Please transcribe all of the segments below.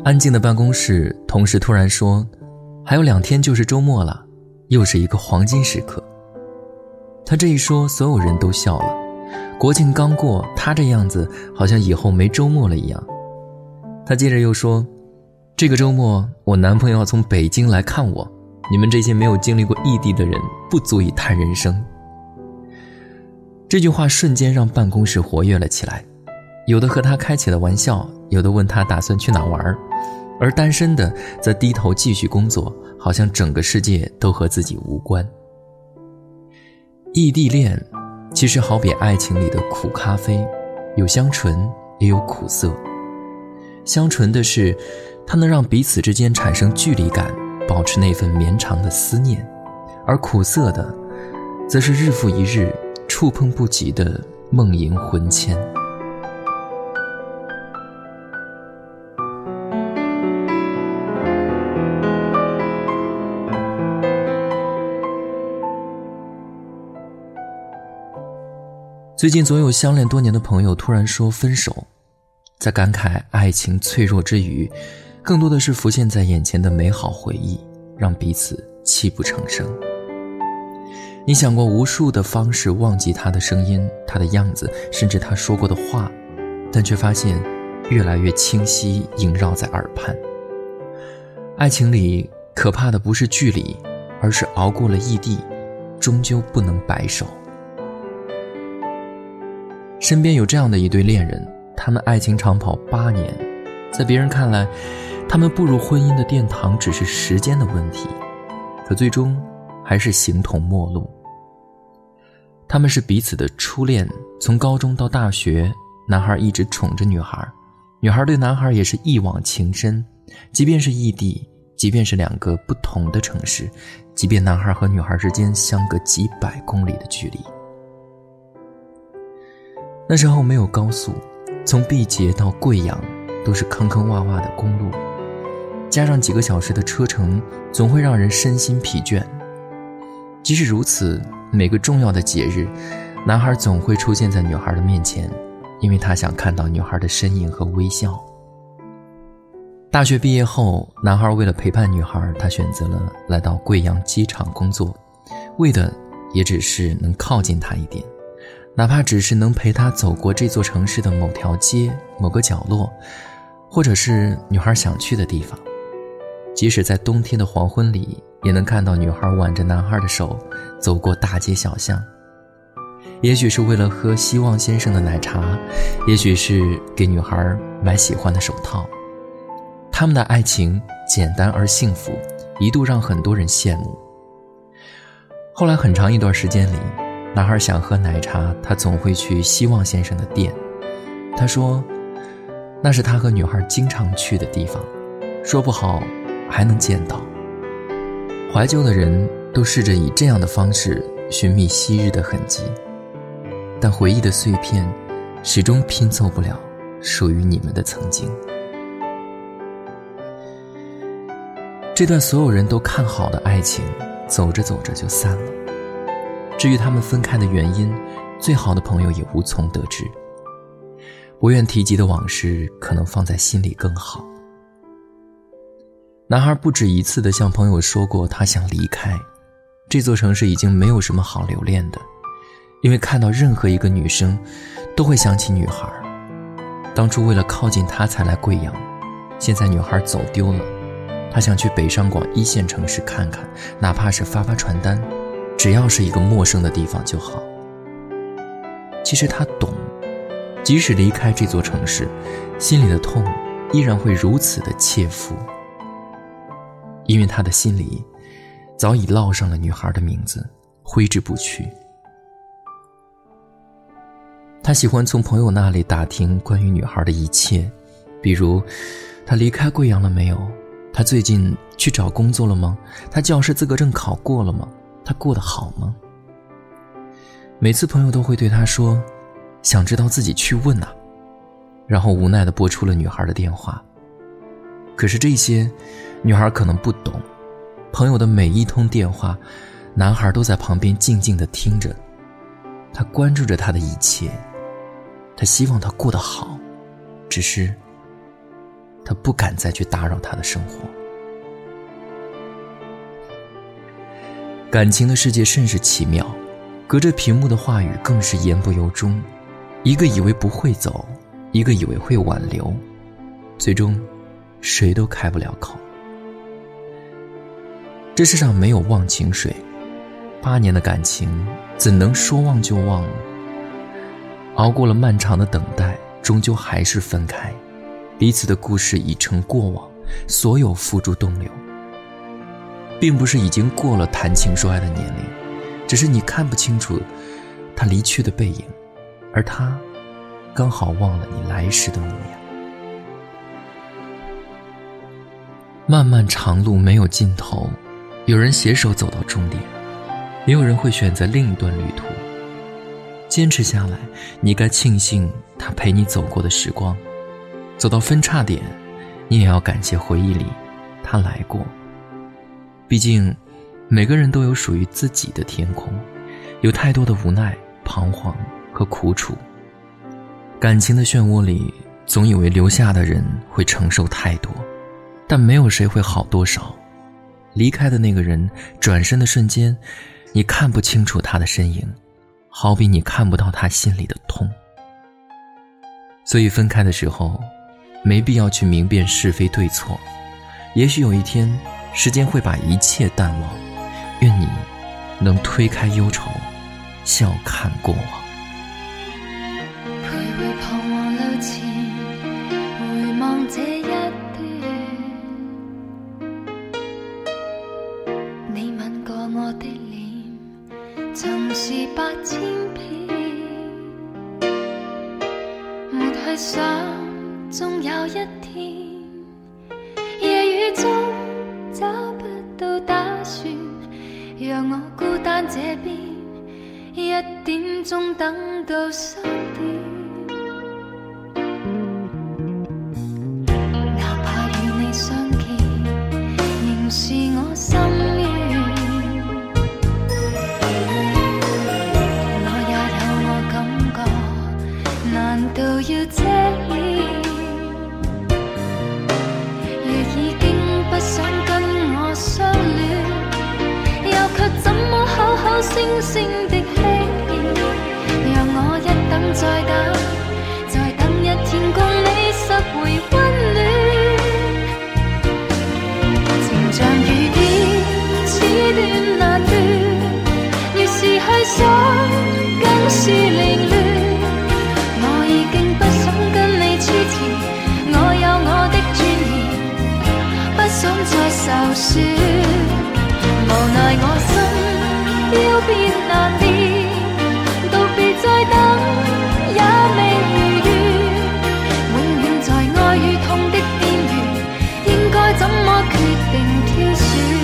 安静的办公室，同事突然说，还有2天就是周末了，又是一个黄金时刻。他这一说，所有人都笑了。国庆刚过，他这样子好像以后没周末了一样。他接着又说，这个周末我男朋友要从北京来看我，你们这些没有经历过异地的人不足以谈人生。这句话瞬间让办公室活跃了起来，有的和他开起了玩笑，有的问他打算去哪玩，而单身的则低头继续工作，好像整个世界都和自己无关。异地恋其实好比爱情里的苦咖啡，有香醇也有苦涩。香醇的是它能让彼此之间产生距离感，保持那份绵长的思念，而苦涩的则是日复一日触碰不及的梦萦魂牵。最近总有相恋多年的朋友突然说分手，在感慨爱情脆弱之余，更多的是浮现在眼前的美好回忆，让彼此泣不成声。你想过无数的方式忘记他的声音，他的样子，甚至他说过的话，但却发现越来越清晰，萦绕在耳畔。爱情里可怕的不是距离，而是熬过了异地，终究不能白首。身边有这样的一对恋人，他们爱情长跑8年，在别人看来，他们步入婚姻的殿堂只是时间的问题，可最终还是形同陌路。他们是彼此的初恋，从高中到大学，男孩一直宠着女孩，女孩对男孩也是一往情深，即便是异地，即便是2个不同的城市，即便男孩和女孩之间相隔几百公里的距离。那时候没有高速，从毕节到贵阳都是坑坑洼洼的公路，加上几个小时的车程，总会让人身心疲倦。即使如此，每个重要的节日，男孩总会出现在女孩的面前，因为他想看到女孩的身影和微笑。大学毕业后，男孩为了陪伴女孩，他选择了来到贵阳机场工作，为的也只是能靠近她一点，哪怕只是能陪她走过这座城市的某条街、某个角落，或者是女孩想去的地方。即使在冬天的黄昏里，也能看到女孩挽着男孩的手走过大街小巷。也许是为了喝希望先生的奶茶，也许是给女孩买喜欢的手套。他们的爱情简单而幸福，一度让很多人羡慕。后来很长一段时间里，男孩想喝奶茶，他总会去希望先生的店。他说那是他和女孩经常去的地方，说不好还能见到。怀旧的人都试着以这样的方式寻觅昔日的痕迹，但回忆的碎片始终拼凑不了属于你们的曾经。这段所有人都看好的爱情，走着走着就散了。至于他们分开的原因，最好的朋友也无从得知。不愿提及的往事，可能放在心里更好。男孩不止一次地向朋友说过他想离开，这座城市已经没有什么好留恋的，因为看到任何一个女生都会想起女孩。当初为了靠近她才来贵阳，现在女孩走丢了，他想去北上广1线城市看看，哪怕是发发传单，只要是一个陌生的地方就好。其实他懂，即使离开这座城市，心里的痛依然会如此的切肤，因为他的心里早已烙上了女孩的名字，挥之不去。他喜欢从朋友那里打听关于女孩的一切，比如她离开贵阳了没有，她最近去找工作了吗，她教师资格证考过了吗，她过得好吗。每次朋友都会对他说，想知道自己去问啊，然后无奈地拨出了女孩的电话。可是这些女孩可能不懂，朋友的每一通电话，男孩都在旁边静静地听着，他关注着她的一切，他希望她过得好，只是他他不敢再去打扰他的生活。感情的世界甚是奇妙，隔着屏幕的话语更是言不由衷，一个以为不会走，一个以为会挽留，最终谁都开不了口。这世上没有忘情水，8年的感情怎能说忘就忘呢？熬过了漫长的等待，终究还是分开，彼此的故事已成过往，所有付诸东流。并不是已经过了谈情说爱的年龄，只是你看不清楚他离去的背影，而他刚好忘了你来时的模样。漫漫长路没有尽头，有人携手走到终点，也有人会选择另一段旅途。坚持下来，你该庆幸他陪你走过的时光，走到分岔点，你也要感谢回忆里他来过。毕竟每个人都有属于自己的天空，有太多的无奈、彷徨和苦楚。感情的漩涡里，总以为留下的人会承受太多，但没有谁会好多少。离开的那个人，转身的瞬间，你看不清楚他的身影，好比你看不到他心里的痛。所以分开的时候，没必要去明辨是非对错，也许有一天时间会把一切淡忘，愿你能推开忧愁，笑看过往。 徘徊彷徨路前，回望这一段，你吻过我的脸，曾是8000遍，沒去想終有一天，夜雨中找不到打算，讓我孤單這邊1點鐘等到3點。哪怕與你相見，仍是我心願。我也有我感覺，難道要遮掩？若已經不想跟我相戀，又卻怎麼口口聲聲的欺騙？讓我一等再等，再等一天共你拾回溫暖。情像雨點，此斷難斷，越是去想，更是凌亂。我已經不想跟你黐纏，我有我的尊嚴，不想再受損，無奈我心要變難辨，道別再等也未如願，永遠在愛與痛的邊緣，應該怎麼決定挑選？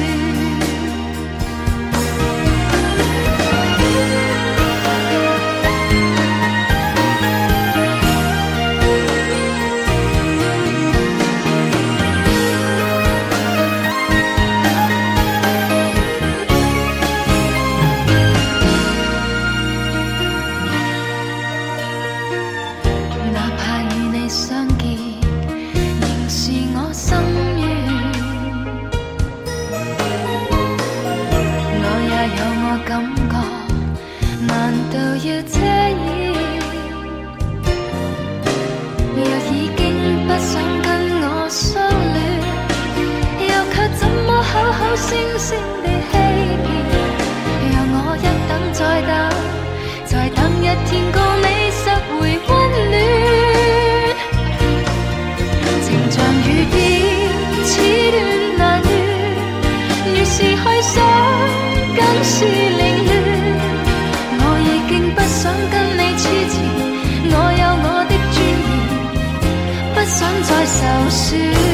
難道要遮掩？若已經不想跟我相戀，又卻怎麼口口聲聲地欺騙？讓我一等再等，再等一天共你拾回溫暖。情像雨點，此斷難斷，越是去想，更是凌亂。不想跟你黐纏，我有我的尊嚴，不想再受損。